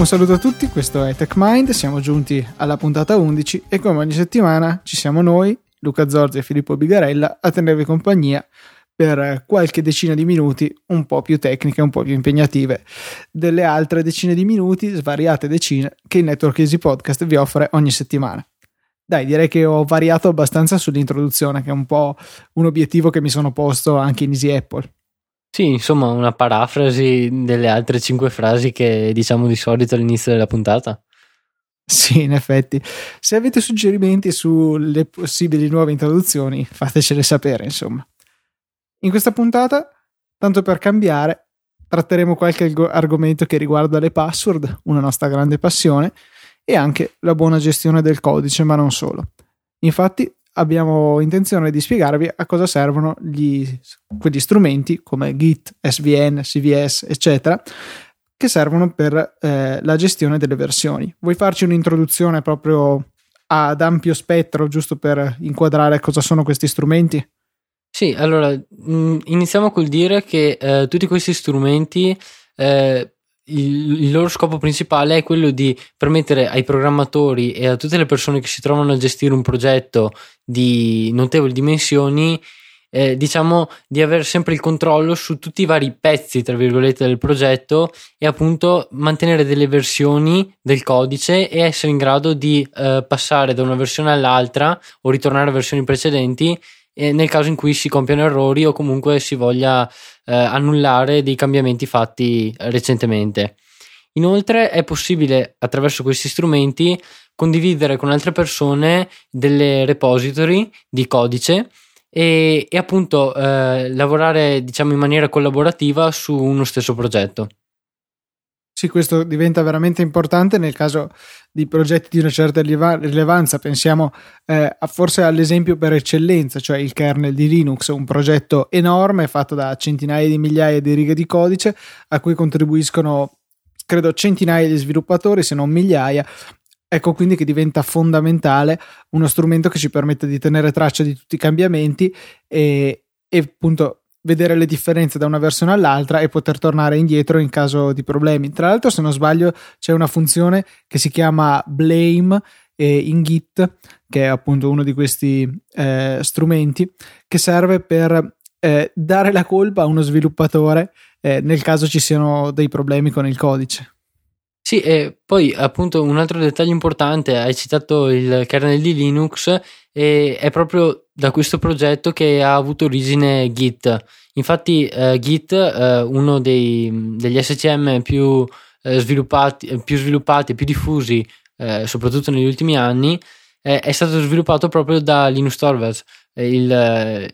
saluto a tutti, questo è TechMind, siamo giunti alla puntata 11 e come ogni settimana ci siamo noi, Luca Zorzi e Filippo Bigarella, a tenervi compagnia per qualche decina di minuti un po' più tecniche, un po' più impegnative delle altre decine di minuti, svariate decine, che il Network Easy Podcast vi offre ogni settimana. Dai, direi che ho variato abbastanza sull'introduzione, che è un po' un obiettivo che mi sono posto anche in Easy Apple. Sì, insomma, una parafrasi delle altre 5 frasi che diciamo di solito all'inizio della puntata. Sì, in effetti. Se avete suggerimenti sulle possibili nuove introduzioni, fatecele sapere, insomma. In questa puntata, tanto per cambiare, tratteremo qualche argomento che riguarda le password, una nostra grande passione, e anche la buona gestione del codice, ma non solo. Infatti, abbiamo intenzione di spiegarvi a cosa servono quegli strumenti come Git, SVN, CVS, eccetera, che servono per la gestione delle versioni. Vuoi farci un'introduzione proprio ad ampio spettro, giusto per inquadrare cosa sono questi strumenti? Sì, allora iniziamo col dire che tutti questi strumenti, il loro scopo principale è quello di permettere ai programmatori e a tutte le persone che si trovano a gestire un progetto di notevoli dimensioni, diciamo di avere sempre il controllo su tutti i vari pezzi, tra virgolette, del progetto e appunto mantenere delle versioni del codice e essere in grado di passare da una versione all'altra o ritornare a versioni precedenti nel caso in cui si compiano errori o comunque si voglia annullare dei cambiamenti fatti recentemente. Inoltre è possibile attraverso questi strumenti condividere con altre persone delle repository di codice e appunto lavorare diciamo in maniera collaborativa su uno stesso progetto. Sì, questo diventa veramente importante nel caso di progetti di una certa rilevanza. Pensiamo forse all'esempio per eccellenza, cioè il kernel di Linux, un progetto enorme fatto da centinaia di migliaia di righe di codice a cui contribuiscono, credo, centinaia di sviluppatori, se non migliaia. Ecco quindi che diventa fondamentale uno strumento che ci permette di tenere traccia di tutti i cambiamenti e appunto vedere le differenze da una versione all'altra e poter tornare indietro in caso di problemi. Tra l'altro, se non sbaglio, c'è una funzione che si chiama Blame in Git, che è appunto uno di questi strumenti, che serve per dare la colpa a uno sviluppatore nel caso ci siano dei problemi con il codice. Sì, e poi appunto un altro dettaglio importante, hai citato il kernel di Linux e è proprio da questo progetto che ha avuto origine Git. Infatti Git, uno degli SCM più sviluppati e più diffusi, soprattutto negli ultimi anni, è stato sviluppato proprio da Linus Torvalds, il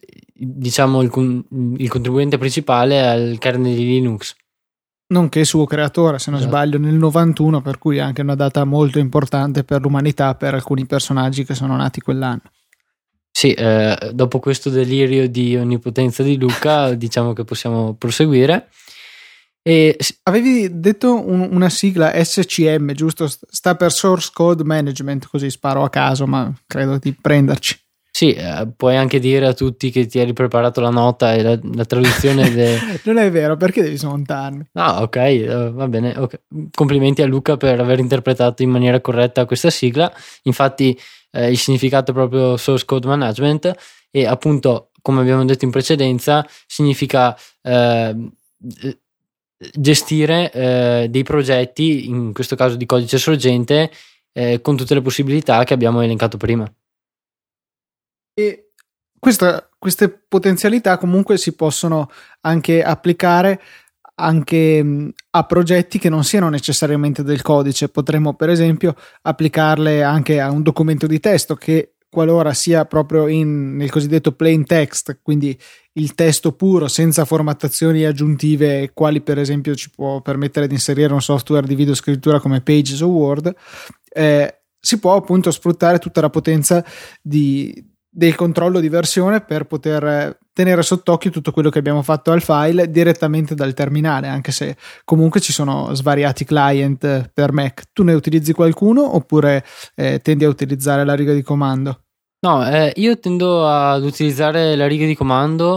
contribuente principale al kernel di Linux. Nonché suo creatore, se non sbaglio, nel 91, per cui è anche una data molto importante per l'umanità, per alcuni personaggi che sono nati quell'anno. Sì, dopo questo delirio di onnipotenza di Luca, diciamo che possiamo proseguire. E avevi detto una sigla SCM, giusto? Sta per Source Code Management, così sparo a caso, ma credo di prenderci. Sì, puoi anche dire a tutti che ti eri preparato la nota e la traduzione Non è vero, perché devi smontarmi? Ah, ok, va bene. Okay. Complimenti a Luca per aver interpretato in maniera corretta questa sigla. Infatti il significato è proprio Source Code Management e appunto, come abbiamo detto in precedenza, significa gestire dei progetti, in questo caso di codice sorgente, con tutte le possibilità che abbiamo elencato prima. E queste potenzialità comunque si possono anche applicare anche a progetti che non siano necessariamente del codice. Potremmo per esempio applicarle anche a un documento di testo che, qualora sia proprio nel cosiddetto plain text, quindi il testo puro senza formattazioni aggiuntive, quali per esempio ci può permettere di inserire un software di videoscrittura come Pages o Word, si può appunto sfruttare tutta la potenza del controllo di versione per poter tenere sott'occhio tutto quello che abbiamo fatto al file direttamente dal terminale, anche se comunque ci sono svariati client per Mac. Tu ne utilizzi qualcuno oppure tendi a utilizzare la riga di comando? No, io tendo ad utilizzare la riga di comando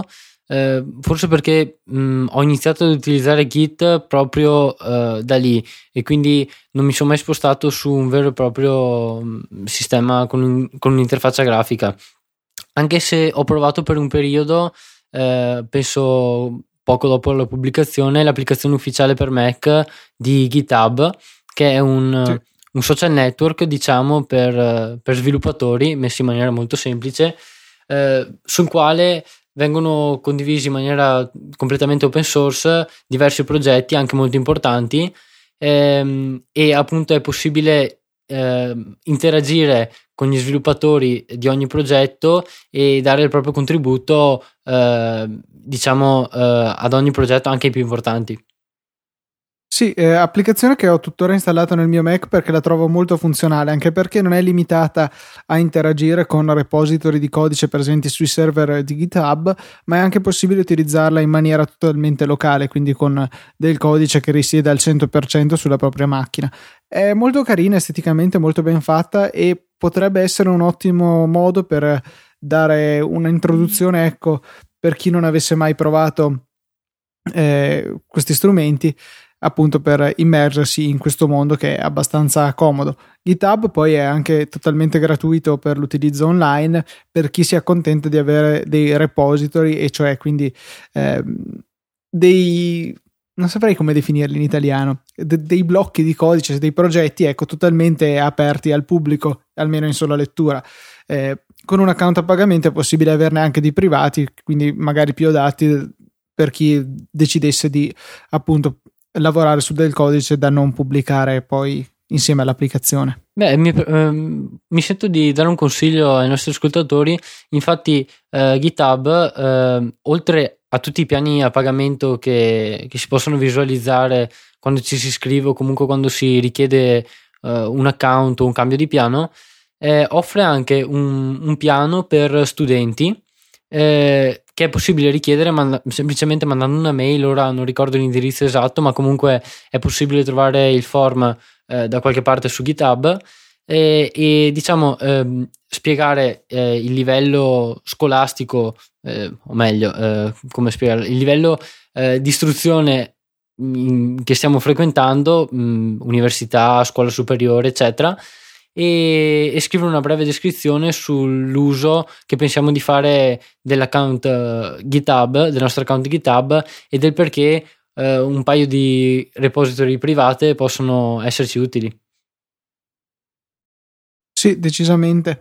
forse perché ho iniziato ad utilizzare Git proprio da lì, e quindi non mi sono mai spostato su un vero e proprio sistema con un'interfaccia grafica, anche se ho provato per un periodo, penso poco dopo la pubblicazione, l'applicazione ufficiale per Mac di GitHub, che è un social network, diciamo, per sviluppatori, messi in maniera molto semplice, sul quale vengono condivisi in maniera completamente open source diversi progetti anche molto importanti, e appunto è possibile interagire con gli sviluppatori di ogni progetto e dare il proprio contributo, diciamo, ad ogni progetto, anche i più importanti. Sì, applicazione che ho tuttora installata nel mio Mac perché la trovo molto funzionale, anche perché non è limitata a interagire con repository di codice presenti sui server di GitHub, ma è anche possibile utilizzarla in maniera totalmente locale, quindi con del codice che risiede al 100% sulla propria macchina. È molto carina, esteticamente molto ben fatta, e potrebbe essere un ottimo modo per dare un'introduzione, ecco, per chi non avesse mai provato questi strumenti, appunto per immergersi in questo mondo che è abbastanza comodo. GitHub poi è anche totalmente gratuito per l'utilizzo online per chi si accontenta di avere dei repository, e cioè quindi dei, non saprei come definirli in italiano, dei blocchi di codice, dei progetti, ecco, totalmente aperti al pubblico, almeno in sola lettura. Con un account a pagamento è possibile averne anche di privati, quindi magari più adatti per chi decidesse di, appunto, lavorare su del codice da non pubblicare poi insieme all'applicazione. Beh, mi sento di dare un consiglio ai nostri ascoltatori. Infatti GitHub, oltre a tutti i piani a pagamento che si possono visualizzare quando ci si iscrive o comunque quando si richiede un account o un cambio di piano, offre anche un piano per studenti, che è possibile richiedere semplicemente mandando una mail. Ora non ricordo l'indirizzo esatto, ma comunque è possibile trovare il form da qualche parte su GitHub, e diciamo spiegare il livello scolastico, o meglio, come spiegare il livello di istruzione che stiamo frequentando, università, scuola superiore, eccetera, e scrivere una breve descrizione sull'uso che pensiamo di fare dell'account GitHub, del nostro account GitHub, e del perché un paio di repository private possono esserci utili. Sì, decisamente.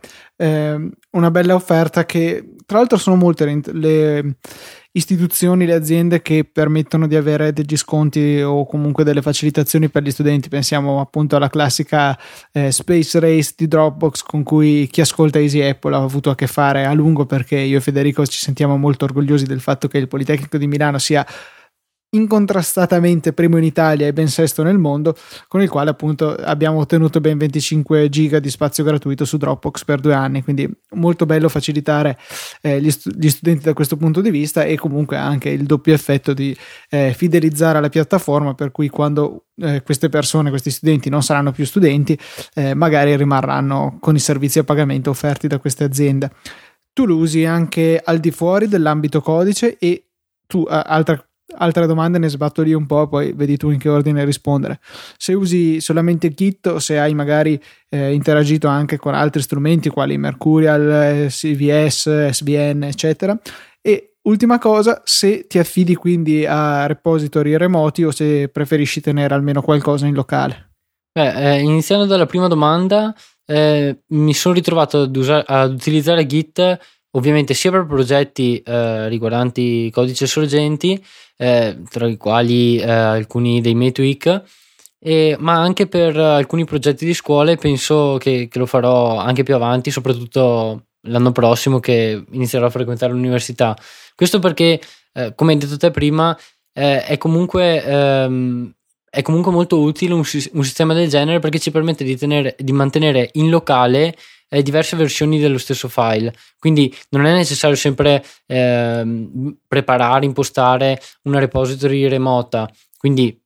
Una bella offerta, che tra l'altro sono molte le istituzioni, le aziende che permettono di avere degli sconti o comunque delle facilitazioni per gli studenti. Pensiamo appunto alla classica Space Race di Dropbox, con cui chi ascolta Easy Apple ha avuto a che fare a lungo, perché io e Federico ci sentiamo molto orgogliosi del fatto che il Politecnico di Milano sia incontrastatamente primo in Italia e ben sesto nel mondo, con il quale appunto abbiamo ottenuto ben 25 giga di spazio gratuito su Dropbox per 2 anni, quindi molto bello facilitare gli studenti da questo punto di vista, e comunque anche il doppio effetto di fidelizzare la piattaforma, per cui quando questi studenti non saranno più studenti, magari rimarranno con i servizi a pagamento offerti da queste aziende. Tu lo usi anche al di fuori dell'ambito codice, e tu altre domande ne sbatto lì un po', poi vedi tu in che ordine rispondere. Se usi solamente Git, o se hai magari interagito anche con altri strumenti quali Mercurial, CVS, SVN, eccetera. E ultima cosa, se ti affidi quindi a repository remoti o se preferisci tenere almeno qualcosa in locale. Iniziando dalla prima domanda, mi sono ritrovato ad utilizzare Git ovviamente sia per progetti riguardanti codice sorgenti, tra i quali alcuni dei miei tweak, ma anche per alcuni progetti di scuola, e penso che lo farò anche più avanti, soprattutto l'anno prossimo che inizierò a frequentare l'università. Questo perché, come hai detto te prima, è comunque molto utile un sistema del genere, perché ci permette di mantenere in locale diverse versioni dello stesso file, quindi non è necessario sempre preparare, impostare una repository remota, quindi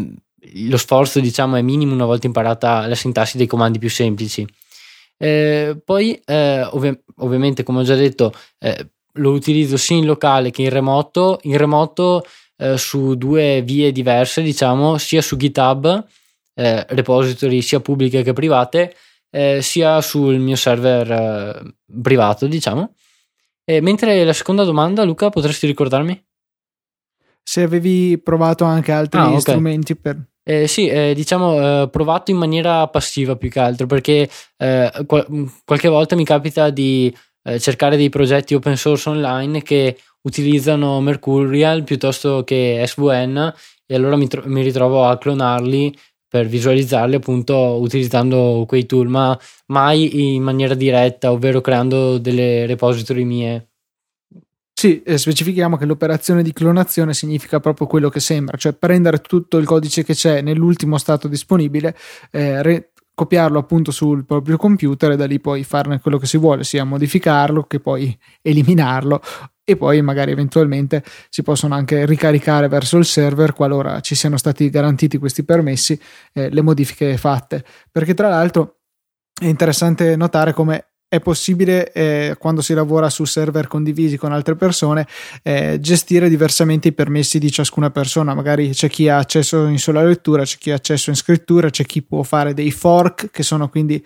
lo sforzo, diciamo, è minimo una volta imparata la sintassi dei comandi più semplici. Poi ovviamente, come ho già detto, lo utilizzo sia in locale che in remoto. In remoto su due vie diverse, diciamo, sia su GitHub, repository sia pubbliche che private, sia sul mio server privato, diciamo. Mentre la seconda domanda, Luca, potresti ricordarmi? Se avevi provato anche altri strumenti per... Sì, diciamo provato in maniera passiva più che altro, perché qualche volta mi capita di cercare dei progetti open source online che utilizzano Mercurial piuttosto che SVN, e allora mi ritrovo a clonarli per visualizzarli, appunto utilizzando quei tool, ma mai in maniera diretta, ovvero creando delle repository mie. Sì, specifichiamo che l'operazione di clonazione significa proprio quello che sembra, cioè prendere tutto il codice che c'è nell'ultimo stato disponibile, copiarlo appunto sul proprio computer e da lì poi farne quello che si vuole, sia modificarlo che poi eliminarlo, e poi magari eventualmente si possono anche ricaricare verso il server qualora ci siano stati garantiti questi permessi, le modifiche fatte, perché tra l'altro è interessante notare come è possibile, quando si lavora su server condivisi con altre persone, gestire diversamente i permessi di ciascuna persona. Magari c'è chi ha accesso in sola lettura, c'è chi ha accesso in scrittura, c'è chi può fare dei fork, che sono quindi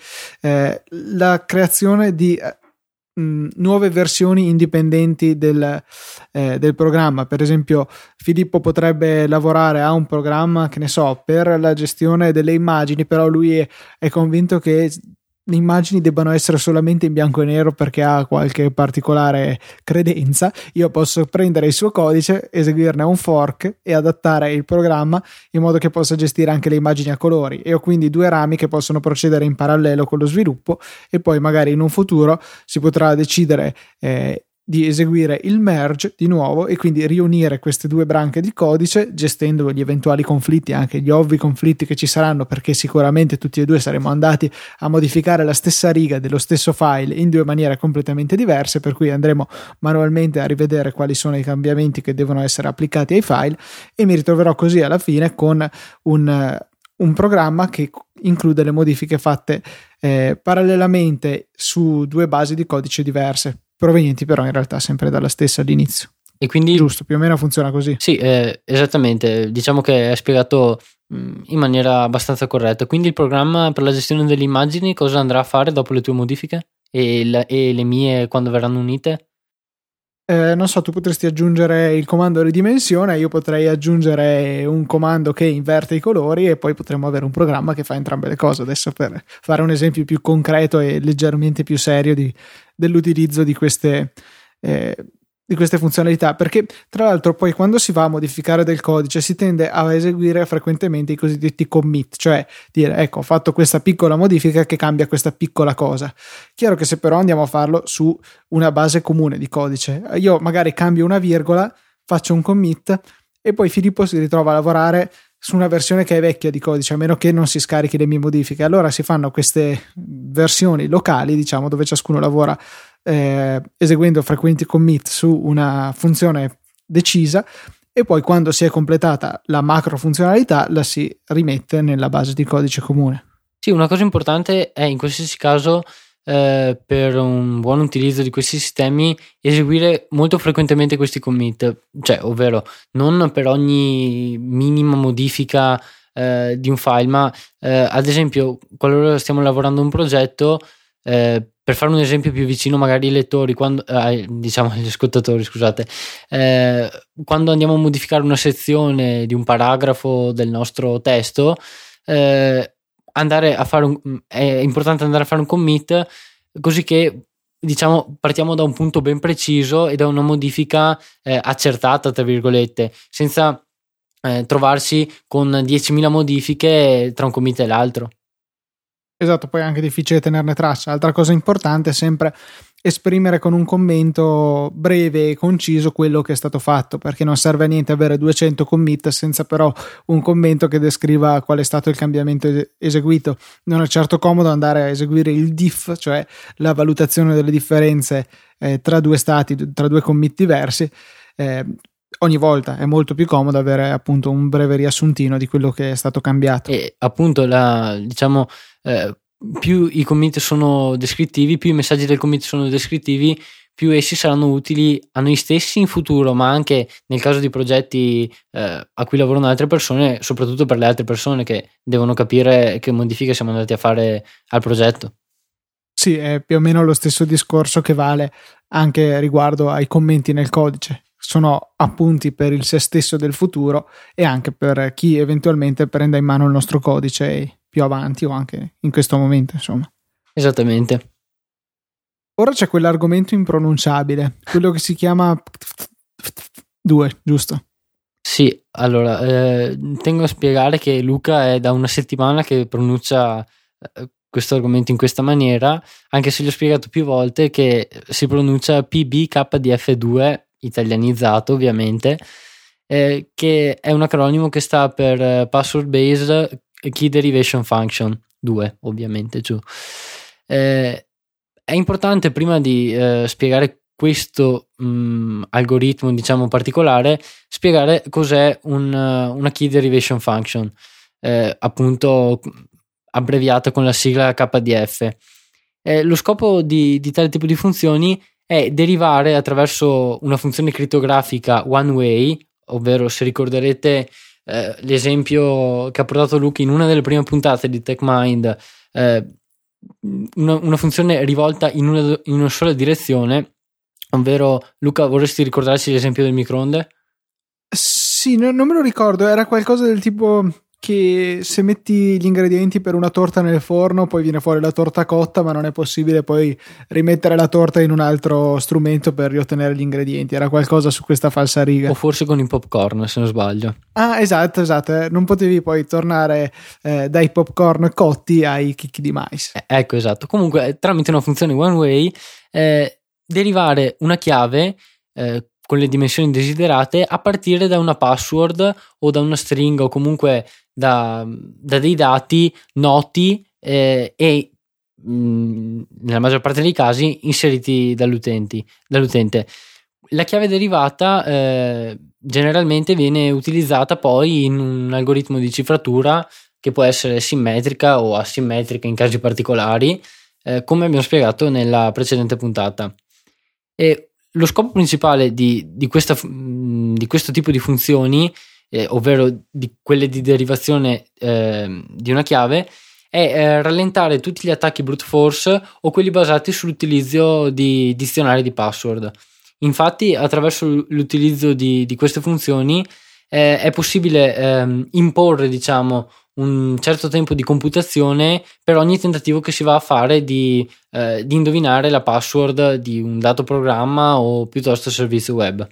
la creazione di nuove versioni indipendenti del programma. Per esempio, Filippo potrebbe lavorare a un programma, che ne so, per la gestione delle immagini, però lui è convinto che le immagini debbano essere solamente in bianco e nero perché ha qualche particolare credenza. Io posso prendere il suo codice, eseguirne un fork e adattare il programma in modo che possa gestire anche le immagini a colori, e ho quindi due rami che possono procedere in parallelo con lo sviluppo, e poi magari in un futuro si potrà decidere di eseguire il merge di nuovo e quindi riunire queste due branche di codice, gestendo gli eventuali conflitti, anche gli ovvi conflitti che ci saranno, perché sicuramente tutti e due saremo andati a modificare la stessa riga dello stesso file in due maniere completamente diverse, per cui andremo manualmente a rivedere quali sono i cambiamenti che devono essere applicati ai file, e mi ritroverò così alla fine con un programma che include le modifiche fatte parallelamente su due basi di codice diverse, provenienti però in realtà sempre dalla stessa all'inizio. E quindi, giusto, più o meno funziona così. Sì, esattamente, diciamo che è spiegato in maniera abbastanza corretta. Quindi il programma per la gestione delle immagini cosa andrà a fare dopo le tue modifiche e le mie quando verranno unite? Non so, tu potresti aggiungere il comando ridimensione, io potrei aggiungere un comando che inverte i colori, e poi potremmo avere un programma che fa entrambe le cose. Adesso, per fare un esempio più concreto e leggermente più serio dell'utilizzo di queste funzionalità, perché tra l'altro poi quando si va a modificare del codice si tende a eseguire frequentemente i cosiddetti commit, cioè dire ecco, ho fatto questa piccola modifica che cambia questa piccola cosa. Chiaro che se però andiamo a farlo su una base comune di codice, io magari cambio una virgola, faccio un commit e poi Filippo si ritrova a lavorare su una versione che è vecchia di codice, a meno che non si scarichi le mie modifiche. Allora si fanno queste versioni locali, diciamo, dove ciascuno lavora eseguendo frequenti commit su una funzione decisa, e poi quando si è completata la macro funzionalità la si rimette nella base di codice comune. Sì, una cosa importante è in qualsiasi caso, per un buon utilizzo di questi sistemi, eseguire molto frequentemente questi commit, cioè ovvero non per ogni minima modifica di un file, ma ad esempio qualora stiamo lavorando a un progetto, per fare un esempio più vicino magari ai lettori, diciamo agli ascoltatori, scusate, quando andiamo a modificare una sezione di un paragrafo del nostro testo, è importante andare a fare un commit, così che diciamo partiamo da un punto ben preciso e da una modifica accertata, tra virgolette, senza trovarsi con 10.000 modifiche tra un commit e l'altro. Esatto, poi è anche difficile tenerne traccia. Altra cosa importante è sempre esprimere con un commento breve e conciso quello che è stato fatto, perché non serve a niente avere 200 commit senza però un commento che descriva qual è stato il cambiamento eseguito. Non è certo comodo andare a eseguire il diff, cioè la valutazione delle differenze tra due stati, tra due commit diversi. Ogni volta è molto più comodo avere appunto un breve riassuntino di quello che è stato cambiato. E appunto più i commit sono descrittivi, più i messaggi del commit sono descrittivi, più essi saranno utili a noi stessi in futuro, ma anche nel caso di progetti a cui lavorano altre persone, soprattutto per le altre persone che devono capire che modifiche siamo andati a fare al progetto. Sì, è più o meno lo stesso discorso che vale anche riguardo ai commenti nel codice. Sono appunti per il se stesso del futuro e anche per chi eventualmente prenda in mano il nostro codice più avanti o anche in questo momento, insomma. Esattamente. Ora c'è quell'argomento impronunciabile, quello che si chiama 2, giusto? Sì, allora, tengo a spiegare che Luca è da una settimana che pronuncia questo argomento in questa maniera, anche se gli ho spiegato più volte che si pronuncia PBKDF2, italianizzato ovviamente, che è un acronimo che sta per Password Based Key Derivation Function 2, ovviamente giù. È importante, prima di spiegare questo algoritmo, diciamo, particolare, spiegare cos'è una Key Derivation Function, appunto abbreviata con la sigla KDF. Lo scopo di tale tipo di funzioni è derivare attraverso una funzione crittografica one way, ovvero, se ricorderete l'esempio che ha portato Luca in una delle prime puntate di TechMind, una funzione rivolta in una sola direzione, ovvero, Luca, vorresti ricordarci l'esempio del microonde? Sì, non me lo ricordo, era qualcosa del tipo che se metti gli ingredienti per una torta nel forno poi viene fuori la torta cotta, ma non è possibile poi rimettere la torta in un altro strumento per riottenere gli ingredienti. Era qualcosa su questa falsariga, o forse con i popcorn, se non sbaglio. Esatto, non potevi poi tornare dai popcorn cotti ai chicchi di mais. Ecco, esatto. Comunque, tramite una funzione one way, derivare una chiave con le dimensioni desiderate a partire da una password o da una stringa, o comunque da dei dati noti e nella maggior parte dei casi inseriti dall'utente. La chiave derivata generalmente viene utilizzata poi in un algoritmo di cifratura che può essere simmetrica o asimmetrica in casi particolari, come abbiamo spiegato nella precedente puntata. E lo scopo principale di questo tipo di funzioni, ovvero di quelle di derivazione di una chiave, è rallentare tutti gli attacchi brute force o quelli basati sull'utilizzo di dizionari di password. Infatti, attraverso l'utilizzo di queste funzioni è possibile imporre, diciamo, un certo tempo di computazione per ogni tentativo che si va a fare di indovinare la password di un dato programma o piuttosto servizio web.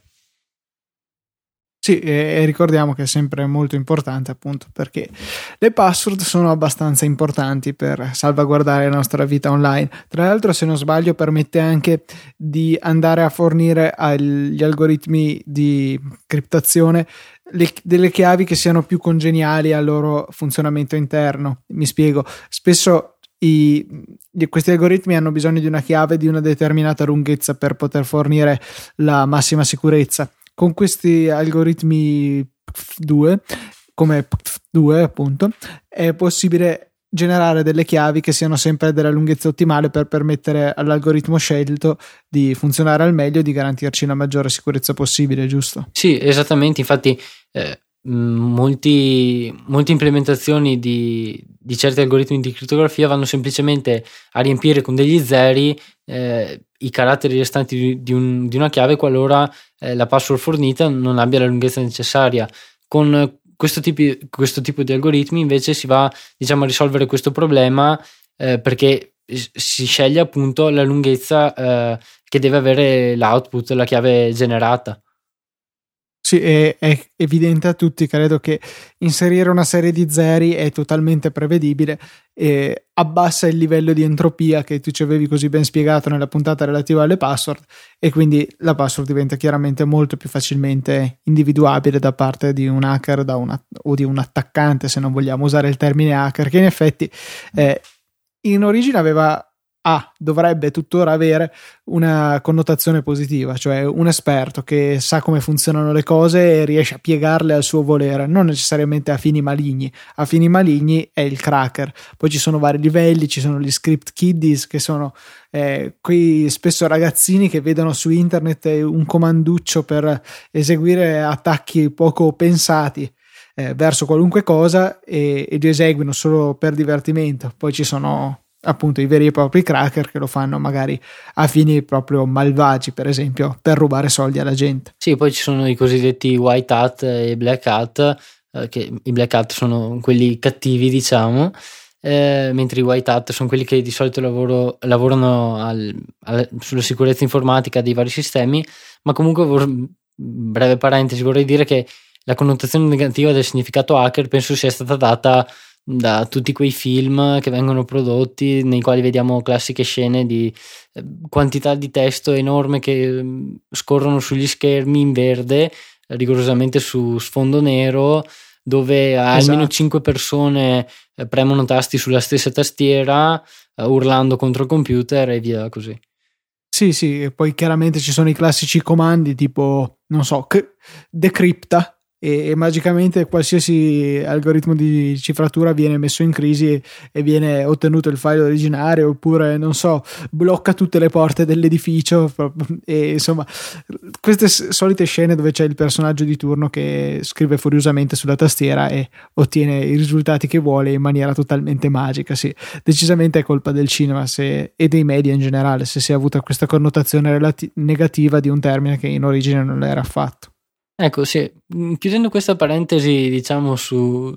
Sì, e ricordiamo che è sempre molto importante, appunto, perché le password sono abbastanza importanti per salvaguardare la nostra vita online. Tra l'altro, se non sbaglio, permette anche di andare a fornire agli algoritmi di criptazione delle chiavi che siano più congeniali al loro funzionamento interno. Mi spiego: spesso questi algoritmi hanno bisogno di una chiave di una determinata lunghezza per poter fornire la massima sicurezza. Con questi algoritmi 2, come 2 appunto, è possibile generare delle chiavi che siano sempre della lunghezza ottimale per permettere all'algoritmo scelto di funzionare al meglio e di garantirci la maggiore sicurezza possibile, giusto? Sì, esattamente. Infatti molte implementazioni di certi algoritmi di crittografia vanno semplicemente a riempire con degli zeri i caratteri restanti di una chiave qualora la password fornita non abbia la lunghezza necessaria. Con questo tipo di algoritmi invece si va, diciamo, a risolvere questo problema perché si sceglie appunto la lunghezza che deve avere l'output, la chiave generata. Sì, è evidente a tutti, credo, che inserire una serie di zeri è totalmente prevedibile e abbassa il livello di entropia che tu ci avevi così ben spiegato nella puntata relativa alle password, e quindi la password diventa chiaramente molto più facilmente individuabile da parte di un hacker o di un attaccante, se non vogliamo usare il termine hacker, che in effetti in origine aveva dovrebbe tuttora avere una connotazione positiva, cioè un esperto che sa come funzionano le cose e riesce a piegarle al suo volere, non necessariamente a fini maligni. A fini maligni è il cracker. Poi ci sono vari livelli, ci sono gli script kiddies, che sono quei spesso ragazzini che vedono su internet un comanduccio per eseguire attacchi poco pensati verso qualunque cosa e li eseguono solo per divertimento. Poi ci sono appunto i veri e propri cracker che lo fanno magari a fini proprio malvagi, per esempio per rubare soldi alla gente. Sì, poi ci sono i cosiddetti white hat e black hat, che i black hat sono quelli cattivi, diciamo, mentre i white hat sono quelli che di solito lavorano sulla sicurezza informatica dei vari sistemi. Ma comunque, breve parentesi, vorrei dire che la connotazione negativa del significato hacker penso sia stata data da tutti quei film che vengono prodotti nei quali vediamo classiche scene di quantità di testo enorme che scorrono sugli schermi in verde, rigorosamente su sfondo nero, dove almeno 5 persone premono tasti sulla stessa tastiera, urlando contro il computer e via così. Sì, e poi chiaramente ci sono i classici comandi tipo, non so, decrypta, e magicamente qualsiasi algoritmo di cifratura viene messo in crisi e viene ottenuto il file originario, oppure non so, blocca tutte le porte dell'edificio. E insomma, queste solite scene dove c'è il personaggio di turno che scrive furiosamente sulla tastiera e ottiene i risultati che vuole in maniera totalmente magica. Sì, decisamente è colpa del cinema e dei media in generale se si è avuta questa connotazione negativa di un termine che in origine non era affatto. Ecco, sì, chiudendo questa parentesi, diciamo, sui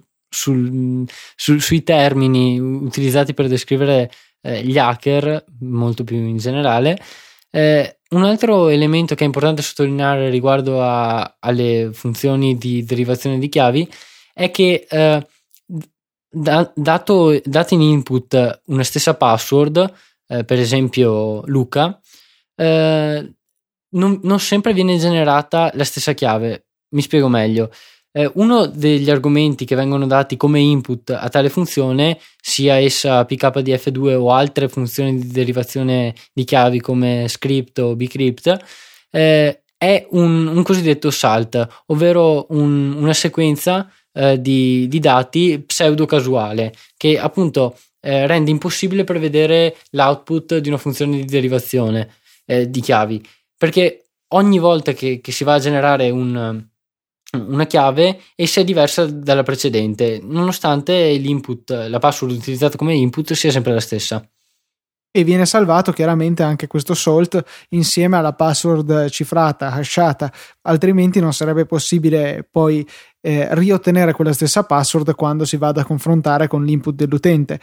termini utilizzati per descrivere gli hacker, molto più in generale, un altro elemento che è importante sottolineare riguardo alle funzioni di derivazione di chiavi è che dato in input una stessa password, per esempio Luca, non sempre viene generata la stessa chiave. Mi spiego meglio. Uno degli argomenti che vengono dati come input a tale funzione, sia essa PKDF2 o altre funzioni di derivazione di chiavi come script o bcrypt, è un cosiddetto salt, ovvero una sequenza di dati pseudo casuale che appunto rende impossibile prevedere l'output di una funzione di derivazione di chiavi. Perché ogni volta che si va a generare una chiave, essa è diversa dalla precedente, nonostante l'input, la password utilizzata come input sia sempre la stessa. E viene salvato chiaramente anche questo salt insieme alla password cifrata, hashata, altrimenti non sarebbe possibile poi riottenere quella stessa password quando si vada a confrontare con l'input dell'utente.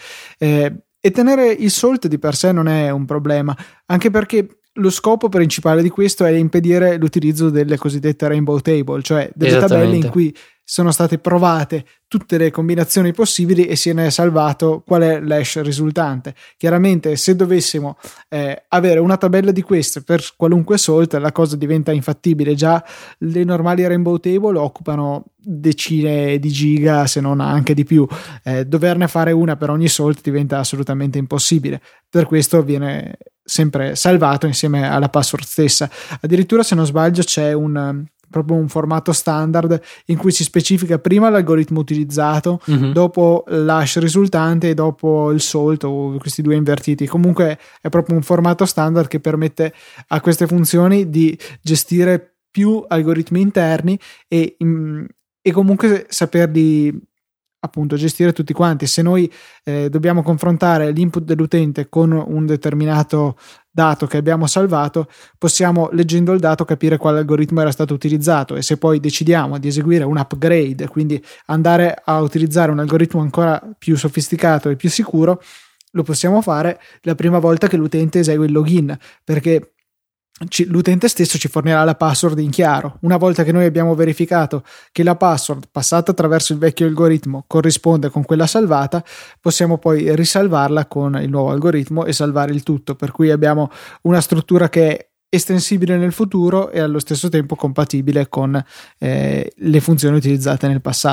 E tenere il salt di per sé non è un problema, anche perché lo scopo principale di questo è impedire l'utilizzo delle cosiddette rainbow table, cioè delle tabelle in cui sono state provate tutte le combinazioni possibili e se ne è salvato qual è l'hash risultante. Chiaramente se dovessimo avere una tabella di queste per qualunque salt, la cosa diventa infattibile. Già le normali rainbow table occupano decine di giga, se non anche di più. Doverne fare una per ogni salt diventa assolutamente impossibile. Per questo viene sempre salvato insieme alla password stessa. Addirittura, se non sbaglio, c'è proprio un formato standard in cui si specifica prima l'algoritmo utilizzato, dopo l'hash risultante e dopo il salt, o questi due invertiti. Comunque è proprio un formato standard che permette a queste funzioni di gestire più algoritmi interni e comunque saperli appunto gestire tutti quanti. Se noi dobbiamo confrontare l'input dell'utente con un determinato dato che abbiamo salvato, possiamo, leggendo il dato, capire quale algoritmo era stato utilizzato, e se poi decidiamo di eseguire un upgrade, quindi andare a utilizzare un algoritmo ancora più sofisticato e più sicuro, lo possiamo fare la prima volta che l'utente esegue il login, perché l'utente stesso ci fornirà la password in chiaro. Una volta che noi abbiamo verificato che la password passata attraverso il vecchio algoritmo corrisponde con quella salvata, possiamo poi risalvarla con il nuovo algoritmo e salvare il tutto, per cui abbiamo una struttura che è estensibile nel futuro e allo stesso tempo compatibile con le funzioni utilizzate nel passato.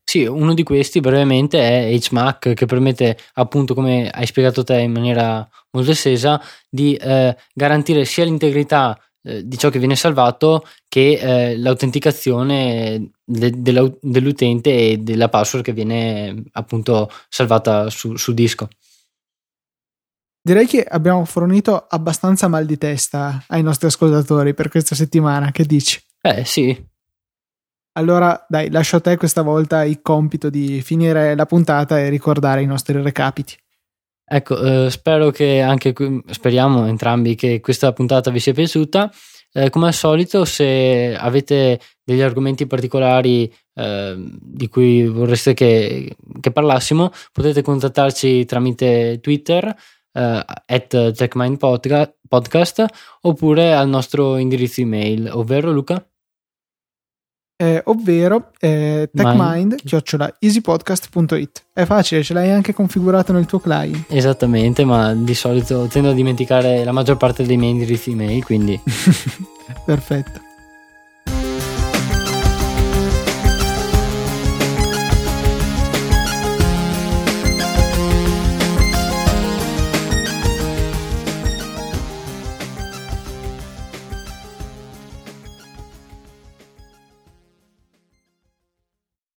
Sì, uno di questi brevemente è HMAC, che permette, appunto, come hai spiegato te in maniera molto estesa, di garantire sia l'integrità di ciò che viene salvato che l'autenticazione dell'utente e della password che viene appunto salvata sul disco. Direi che abbiamo fornito abbastanza mal di testa ai nostri ascoltatori per questa settimana, che dici? Sì. Allora dai, lascio a te questa volta il compito di finire la puntata e ricordare i nostri recapiti. Ecco, speriamo entrambi che questa puntata vi sia piaciuta. Come al solito, se avete degli argomenti particolari di cui vorreste che parlassimo, potete contattarci tramite Twitter @techmindpodcast oppure al nostro indirizzo email, ovvero Luca? Ovvero techmind@easypodcast.it. È facile, ce l'hai anche configurato nel tuo client. Esattamente, ma di solito tendo a dimenticare la maggior parte dei miei indirizzi email, quindi perfetto.